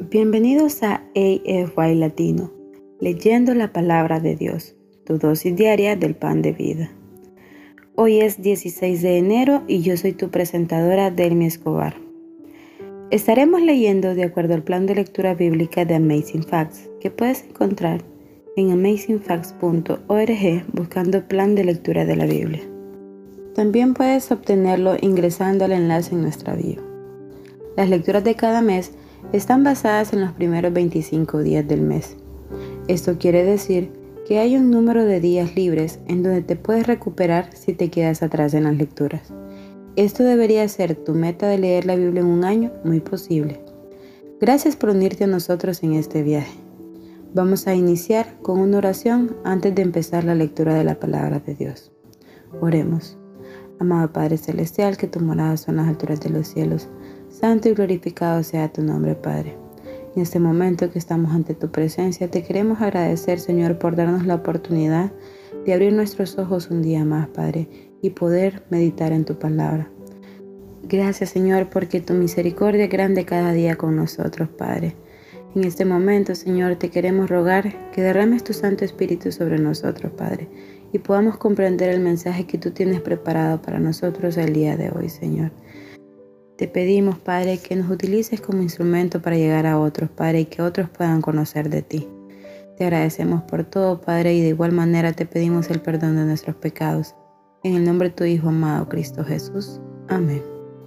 Bienvenidos a AFY Latino, leyendo la palabra de Dios, tu dosis diaria del pan de vida. Hoy es 16 de enero y yo soy tu presentadora, Delmi Escobar. Estaremos leyendo de acuerdo al plan de lectura bíblica de Amazing Facts, que puedes encontrar en amazingfacts.org buscando plan de lectura de la Biblia. También puedes obtenerlo ingresando al enlace en nuestra bio. Las lecturas de cada mes están basadas en los primeros 25 días del mes. Esto quiere decir que hay un número de días libres en donde te puedes recuperar si te quedas atrás en las lecturas. Esto debería ser tu meta de leer la Biblia en un año, muy posible. Gracias por unirte a nosotros en este viaje. Vamos a iniciar con una oración antes de empezar la lectura de la palabra de Dios. Oremos. Amado Padre Celestial, que tu morada son las alturas de los cielos, santo y glorificado sea tu nombre, Padre. En este momento que estamos ante tu presencia, te queremos agradecer, Señor, por darnos la oportunidad de abrir nuestros ojos un día más, Padre, y poder meditar en tu palabra. Gracias, Señor, porque tu misericordia es grande cada día con nosotros, Padre. En este momento, Señor, te queremos rogar que derrames tu Santo Espíritu sobre nosotros, Padre, y podamos comprender el mensaje que tú tienes preparado para nosotros el día de hoy, Señor. Te pedimos, Padre, que nos utilices como instrumento para llegar a otros, Padre, y que otros puedan conocer de ti. Te agradecemos por todo, Padre, y de igual manera te pedimos el perdón de nuestros pecados. En el nombre de tu Hijo amado, Cristo Jesús. Amén.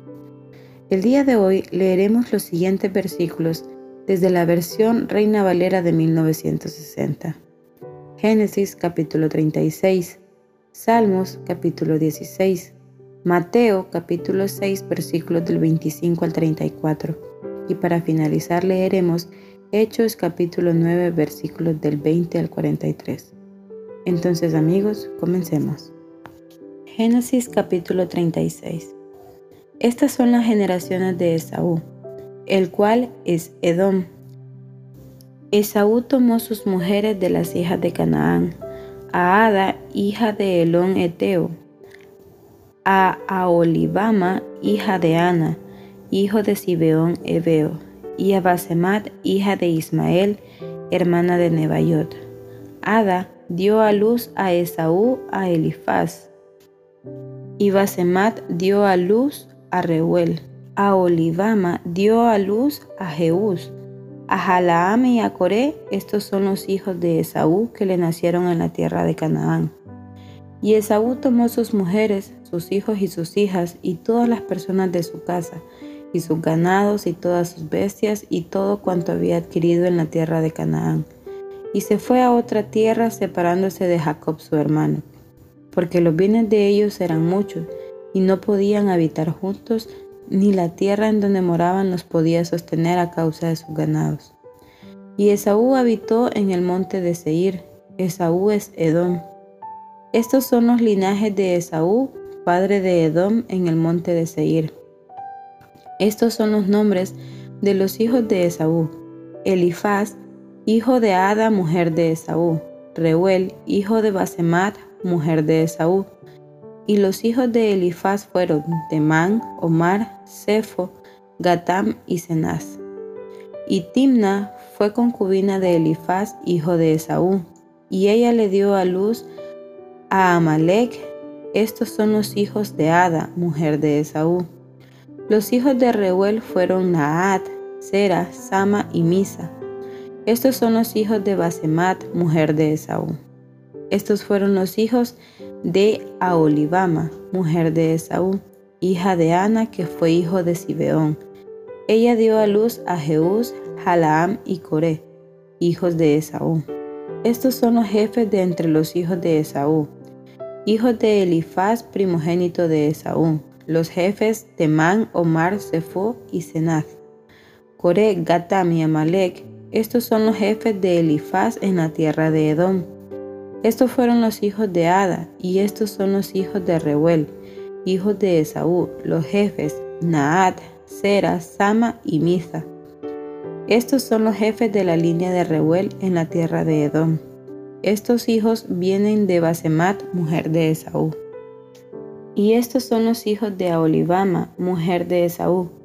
El día de hoy leeremos los siguientes versículos desde la versión Reina Valera de 1960. Génesis capítulo 36, Salmos capítulo 16, Mateo capítulo 6 versículos del 25 al 34 y para finalizar leeremos Hechos capítulo 9 versículos del 20 al 43. Entonces, amigos, comencemos. Génesis capítulo 36. Estas son las generaciones de Esaú, el cual es Edom. Esaú tomó sus mujeres de las hijas de Canaán, a Ada, hija de Elón Eteo, a Aholibama, hija de Ana, hijo de Zibeón Heveo, y a Basemat, hija de Ismael, hermana de Nebaiot. Ada dio a luz a Esaú a Elifaz, y Basemat dio a luz a Reuel. A Aholibama dio a luz a Jeús, a Jalaam y a Coré. Estos son los hijos de Esaú que le nacieron en la tierra de Canaán. Y Esaú tomó sus mujeres, sus hijos y sus hijas, y todas las personas de su casa, y sus ganados, y todas sus bestias, y todo cuanto había adquirido en la tierra de Canaán. Y se fue a otra tierra, separándose de Jacob su hermano, porque los bienes de ellos eran muchos, y no podían habitar juntos, ni la tierra en donde moraban los podía sostener a causa de sus ganados. Y Esaú habitó en el monte de Seir. Esaú es Edom. Estos son los linajes de Esaú, padre de Edom, en el monte de Seir. Estos son los nombres de los hijos de Esaú: Elifaz, hijo de Ada, mujer de Esaú; Reuel, hijo de Basemat, mujer de Esaú. Y los hijos de Elifaz fueron Temán, Omar, Sefo, Gatam y Cenaz. Y Timna fue concubina de Elifaz, hijo de Esaú, y ella le dio a luz a Amalec. Estos son los hijos de Ada, mujer de Esaú. Los hijos de Reuel fueron Nahat, Sera, Sama y Misa. Estos son los hijos de Basemat, mujer de Esaú. Estos fueron los hijos de Aholibama, mujer de Esaú, hija de Ana, que fue hijo de Zibeón. Ella dio a luz a Jeús, Jalaam y Coré, hijos de Esaú. Estos son los jefes de entre los hijos de Esaú, hijos de Elifaz, primogénito de Esaú, los jefes Temán, Omar, Sefo y Cenaz. Coré, Gatam y Amalec. Estos son los jefes de Elifaz en la tierra de Edom. Estos fueron los hijos de Ada, y estos son los hijos de Reuel, hijos de Esaú, los jefes Nahat, Sera, Sama y Misa. Estos son los jefes de la línea de Reuel en la tierra de Edom. Estos hijos vienen de Basemat, mujer de Esaú. Y estos son los hijos de Aholibama, mujer de Esaú.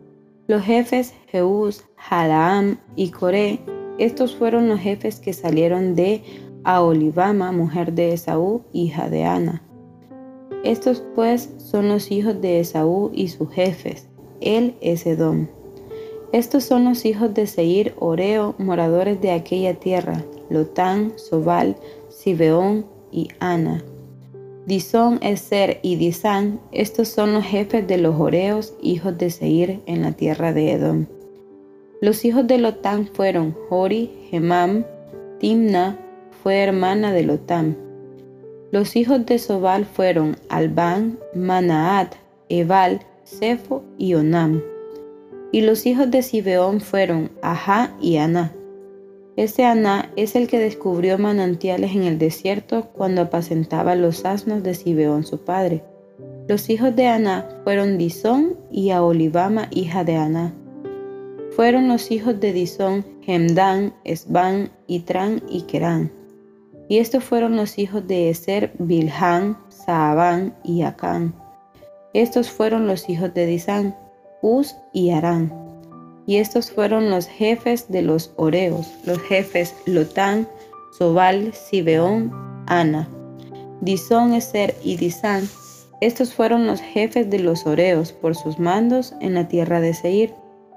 Los jefes Jeús, Jalaam y Coré, estos fueron los jefes que salieron de Aholibama, mujer de Esaú, hija de Ana. Estos pues son los hijos de Esaú y sus jefes. Él es Edom. Estos son los hijos de Seir, Oreo, moradores de aquella tierra, Lotán, Sobal, Zibeón y Ana. Disón, Ezer y Disán, estos son los jefes de los Oreos, hijos de Seir, en la tierra de Edom. Los hijos de Lotán fueron Jori, Gemam, Timna, fue hermana de Lotán. Los hijos de Sobal fueron Albán, Manaat, Ebal, Sefo y Onam. Y los hijos de Zibeón fueron Ajá y Aná. Este Aná es el que descubrió manantiales en el desierto cuando apacentaba los asnos de Zibeón su padre. Los hijos de Aná fueron Disón y Aholibama, hija de Aná. Fueron los hijos de Disón, Hemdán, Esbán, Itrán y Querán. Y estos fueron los hijos de Ezer, Bilhán, Saabán y Acán. Estos fueron los hijos de Disán, Uz y Arán. Y estos fueron los jefes de los Oreos, los jefes Lotán, Sobal, Zibeón, Ana. Disón, Ezer y Disán, estos fueron los jefes de los Oreos por sus mandos en la tierra de Seir.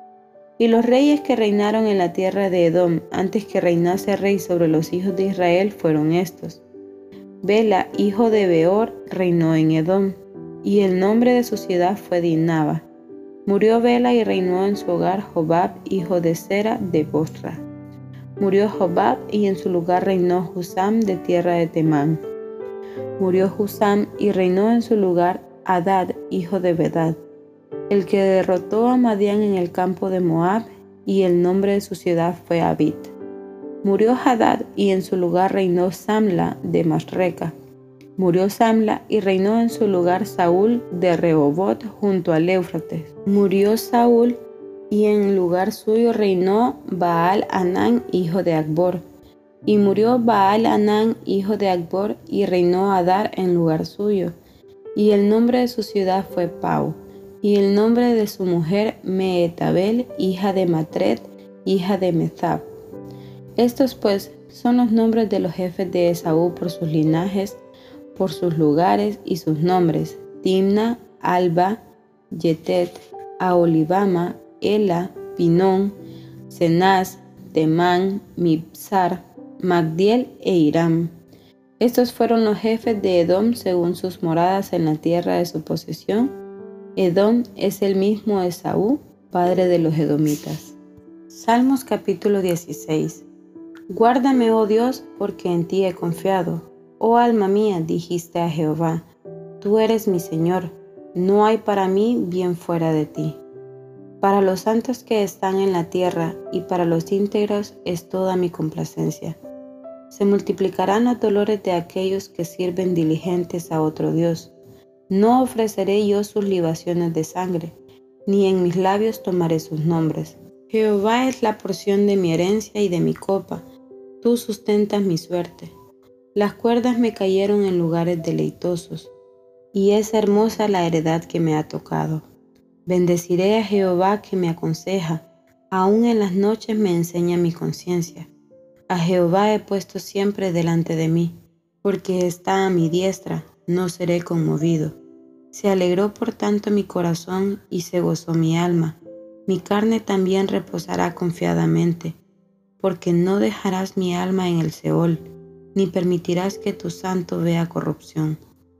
Y los reyes que reinaron en la tierra de Edom antes que reinase rey sobre los hijos de Israel fueron estos. Bela, hijo de Beor, reinó en Edom, y el nombre de su ciudad fue Dinaba. Murió Bela y reinó en su hogar Jobab, hijo de Sera de Bosra. Murió Jobab y en su lugar reinó Husam de tierra de Temán. Murió Husam y reinó en su lugar Hadad, hijo de Bedad, el que derrotó a Madián en el campo de Moab, y el nombre de su ciudad fue Abit. Murió Hadad y en su lugar reinó Samla de Masreca. Murió Samla y reinó en su lugar Saúl de Rehobot junto al Éufrates. Murió Saúl y en lugar suyo reinó Baal-Hanán, hijo de Acbor. Y murió Baal-Hanán, hijo de Acbor, y reinó Adar en lugar suyo. Y el nombre de su ciudad fue Pau. Y el nombre de su mujer Mehetabel, hija de Matred, hija de Mezab. Estos pues son los nombres de los jefes de Esaú por sus linajes, por sus lugares y sus nombres: Timna, Alba, Yetet, Aholibama, Ela, Pinón, Cenaz, Temán, Mibsar, Magdiel e Iram. Estos fueron los jefes de Edom según sus moradas en la tierra de su posesión. Edom es el mismo Esaú, padre de los edomitas. Salmos capítulo 16. Guárdame, oh Dios, porque en ti he confiado. Oh alma mía, dijiste a Jehová, tú eres mi Señor, no hay para mí bien fuera de ti. Para los santos que están en la tierra y para los íntegros es toda mi complacencia. Se multiplicarán los dolores de aquellos que sirven diligentes a otro Dios. No ofreceré yo sus libaciones de sangre, ni en mis labios tomaré sus nombres. Jehová es la porción de mi herencia y de mi copa, tú sustentas mi suerte. Las cuerdas me cayeron en lugares deleitosos, y es hermosa la heredad que me ha tocado. Bendeciré a Jehová que me aconseja, aún en las noches me enseña mi conciencia. A Jehová he puesto siempre delante de mí, porque está a mi diestra, no seré conmovido. Se alegró por tanto mi corazón y se gozó mi alma. Mi carne también reposará confiadamente, porque no dejarás mi alma en el Seol, ni permitirás que tu santo vea corrupción.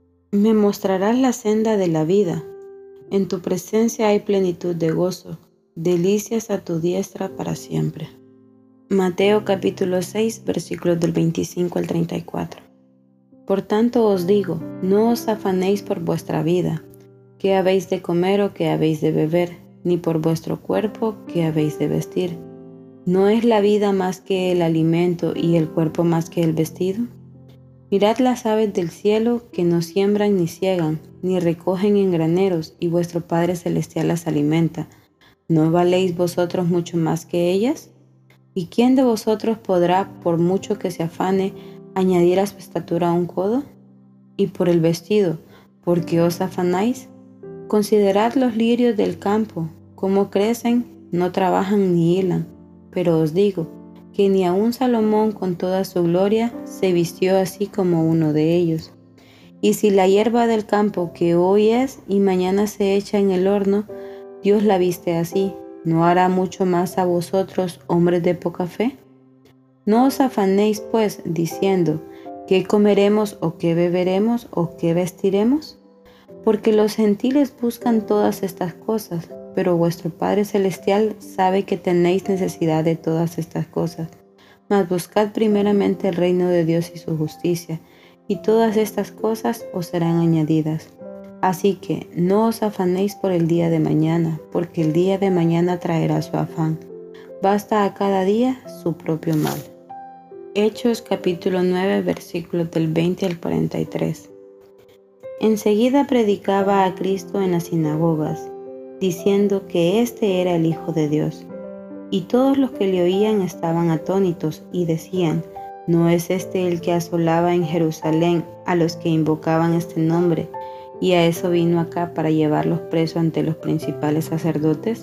Me mostrarás la senda de la vida. En tu presencia hay plenitud de gozo, delicias a tu diestra para siempre. Mateo capítulo 6, versículos del 25 al 34. Por tanto os digo, no os afanéis por vuestra vida, qué habéis de comer o qué habéis de beber, ni por vuestro cuerpo, qué habéis de vestir. ¿No es la vida más que el alimento y el cuerpo más que el vestido? Mirad las aves del cielo, que no siembran ni ciegan, ni recogen en graneros, y vuestro Padre Celestial las alimenta. ¿No valéis vosotros mucho más que ellas? ¿Y quién de vosotros podrá, por mucho que se afane, añadir a su estatura un codo? Y por el vestido, ¿por qué os afanáis? Considerad los lirios del campo, cómo crecen, no trabajan ni hilan. Pero os digo que ni aun Salomón con toda su gloria se vistió así como uno de ellos. Y si la hierba del campo que hoy es y mañana se echa en el horno, Dios la viste así, ¿no hará mucho más a vosotros, hombres de poca fe? No os afanéis pues, diciendo, ¿qué comeremos o qué beberemos o qué vestiremos? Porque los gentiles buscan todas estas cosas, pero vuestro Padre Celestial sabe que tenéis necesidad de todas estas cosas. Mas buscad primeramente el reino de Dios y su justicia, y todas estas cosas os serán añadidas. Así que no os afanéis por el día de mañana, porque el día de mañana traerá su afán. Basta a cada día su propio mal. Hechos capítulo 9, versículos del 20 al 43. Enseguida predicaba a Cristo en las sinagogas, diciendo que éste era el Hijo de Dios. Y todos los que le oían estaban atónitos y decían, ¿no es este el que asolaba en Jerusalén a los que invocaban este nombre? Y a eso vino acá para llevarlos presos ante los principales sacerdotes.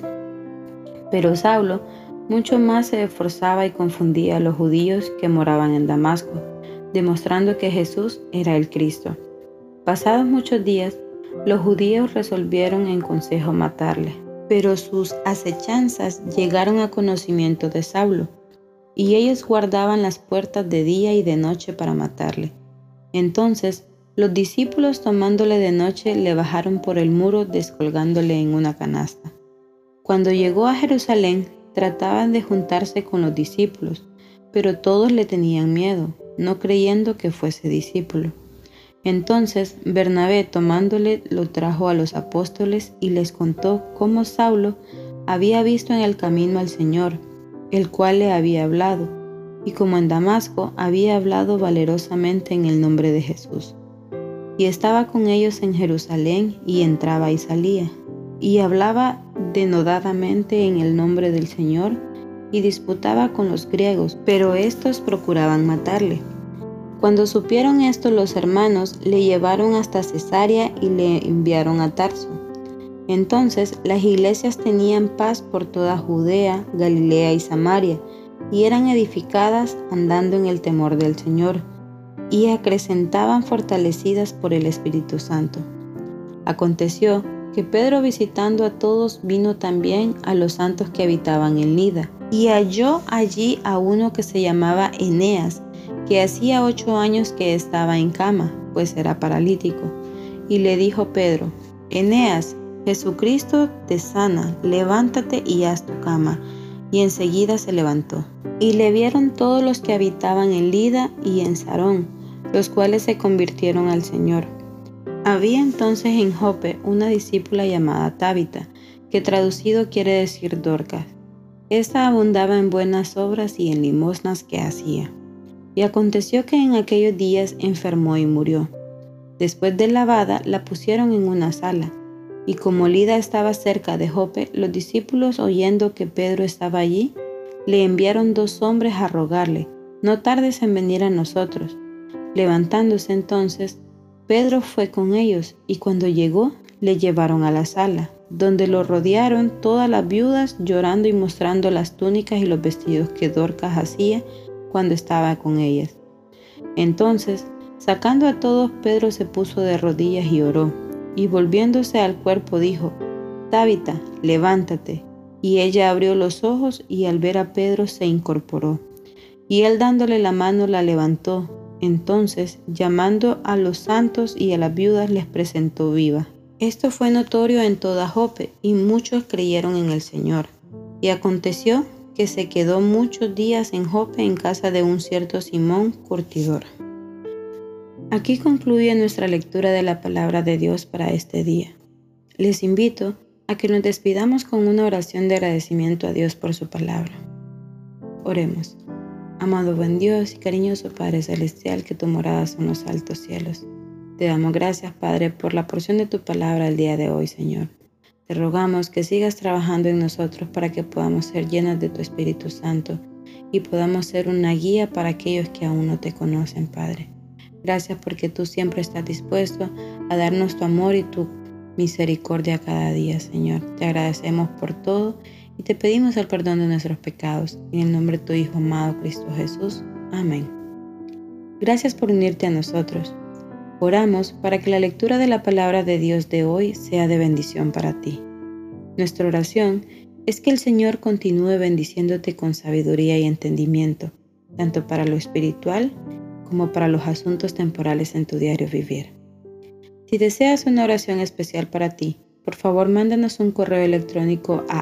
Pero Saulo mucho más se esforzaba y confundía a los judíos que moraban en Damasco, demostrando que Jesús era el Cristo. Pasados muchos días, los judíos resolvieron en consejo matarle, pero sus acechanzas llegaron a conocimiento de Saulo, y ellos guardaban las puertas de día y de noche para matarle. Entonces, los discípulos tomándole de noche le bajaron por el muro descolgándole en una canasta. Cuando llegó a Jerusalén, trataban de juntarse con los discípulos, pero todos le tenían miedo, no creyendo que fuese discípulo. Entonces Bernabé, tomándole, lo trajo a los apóstoles y les contó cómo Saulo había visto en el camino al Señor, el cual le había hablado, y como en Damasco había hablado valerosamente en el nombre de Jesús. Y estaba con ellos en Jerusalén, y entraba y salía, y hablaba denodadamente en el nombre del Señor, y disputaba con los griegos, pero éstos procuraban matarle. Cuando supieron esto los hermanos, le llevaron hasta Cesarea y le enviaron a Tarso. Entonces las iglesias tenían paz por toda Judea, Galilea y Samaria, y eran edificadas andando en el temor del Señor, y acrecentaban fortalecidas por el Espíritu Santo. Aconteció que Pedro, visitando a todos, vino también a los santos que habitaban en Lida, y halló allí a uno que se llamaba Eneas, que hacía 8 años que estaba en cama, pues era paralítico. Y le dijo Pedro, Eneas, Jesucristo te sana, levántate y haz tu cama. Y enseguida se levantó. Y le vieron todos los que habitaban en Lida y en Sarón, los cuales se convirtieron al Señor. Había entonces en Jope una discípula llamada Tabita, que traducido quiere decir Dorcas. Esta abundaba en buenas obras y en limosnas que hacía. Y aconteció que en aquellos días enfermó y murió. Después de lavada, la pusieron en una sala. Y como Lida estaba cerca de Jope, los discípulos, oyendo que Pedro estaba allí, le enviaron 2 hombres a rogarle, no tardes en venir a nosotros. Levantándose entonces, Pedro fue con ellos, y cuando llegó, le llevaron a la sala, donde lo rodearon todas las viudas, llorando y mostrando las túnicas y los vestidos que Dorcas hacía cuando estaba con ellas. Entonces, sacando a todos, Pedro se puso de rodillas y oró, y volviéndose al cuerpo dijo, Tabita, levántate. Y ella abrió los ojos, y al ver a Pedro se incorporó. Y él dándole la mano la levantó. Entonces, llamando a los santos y a las viudas, les presentó viva. Esto fue notorio en toda Jope, y muchos creyeron en el Señor. Y aconteció que se quedó muchos días en Jope en casa de un cierto Simón curtidor. Aquí concluye nuestra lectura de la palabra de Dios para este día. Les invito a que nos despidamos con una oración de agradecimiento a Dios por su palabra. Oremos. Amado buen Dios y cariñoso Padre Celestial, que tu morada son los altos cielos. Te damos gracias, Padre, por la porción de tu palabra el día de hoy, Señor. Te rogamos que sigas trabajando en nosotros para que podamos ser llenos de tu Espíritu Santo y podamos ser una guía para aquellos que aún no te conocen, Padre. Gracias porque tú siempre estás dispuesto a darnos tu amor y tu misericordia cada día, Señor. Te agradecemos por todo y te pedimos el perdón de nuestros pecados. En el nombre de tu Hijo amado, Cristo Jesús. Amén. Gracias por unirte a nosotros. Oramos para que la lectura de la palabra de Dios de hoy sea de bendición para ti. Nuestra oración es que el Señor continúe bendiciéndote con sabiduría y entendimiento, tanto para lo espiritual como para los asuntos temporales en tu diario vivir. Si deseas una oración especial para ti, por favor mándanos un correo electrónico a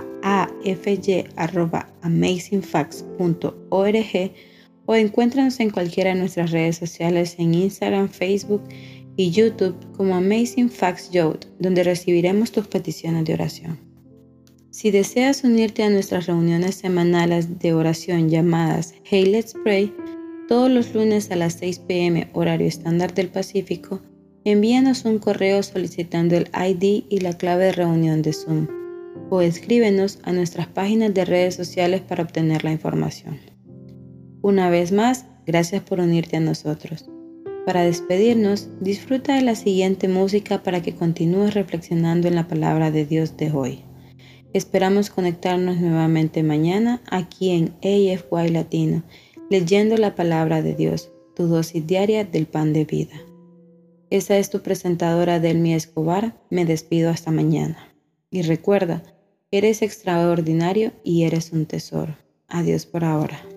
afy@amazingfacts.org o encuéntranos en cualquiera de nuestras redes sociales en Instagram, Facebook y YouTube como Amazing Facts Youth, donde recibiremos tus peticiones de oración. Si deseas unirte a nuestras reuniones semanales de oración llamadas Hey Let's Pray, todos los lunes a las 6 p.m. horario estándar del Pacífico, envíanos un correo solicitando el ID y la clave de reunión de Zoom o escríbenos a nuestras páginas de redes sociales para obtener la información. Una vez más, gracias por unirte a nosotros. Para despedirnos, disfruta de la siguiente música para que continúes reflexionando en la palabra de Dios de hoy. Esperamos conectarnos nuevamente mañana aquí en AFY Latino, leyendo la palabra de Dios, tu dosis diaria del pan de vida. Esa es tu presentadora Delmi Escobar. Me despido hasta mañana. Y recuerda, eres extraordinario y eres un tesoro. Adiós por ahora.